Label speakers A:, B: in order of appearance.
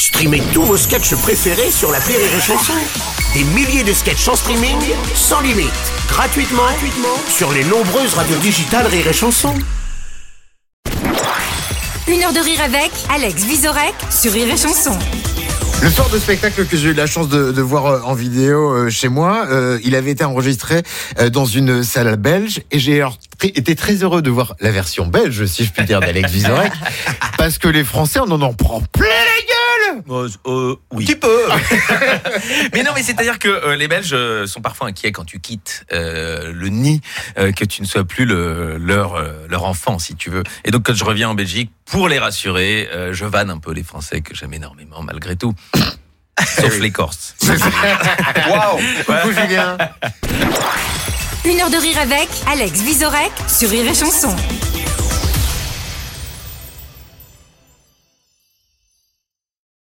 A: Streamez tous vos sketchs préférés sur l'appli Rire et Chanson. Des milliers de sketchs en streaming, sans limite, gratuitement sur les nombreuses radios digitales Rire et Chanson.
B: Une heure de rire avec Alex Vizorek sur Rire et Chanson.
C: Le soir de spectacle que j'ai eu la chance de voir en vidéo chez moi, il avait été enregistré dans une salle belge et j'ai été très heureux de voir la version belge, si je puis dire, d'Alex Vizorek, parce que les Français, on en prend plein la gueule.
D: Oui. Un petit peu. Mais non, mais c'est-à-dire que les Belges sont parfois inquiets quand tu quittes le nid, que tu ne sois plus leur enfant, si tu veux. Et donc, quand je reviens en Belgique, pour les rassurer, je vanne un peu les Français que j'aime énormément, malgré tout. Sauf les Corses.
C: Waouh. Coucou Julien.
B: Une heure de rire avec Alex Vizorek sur Rire et Chanson.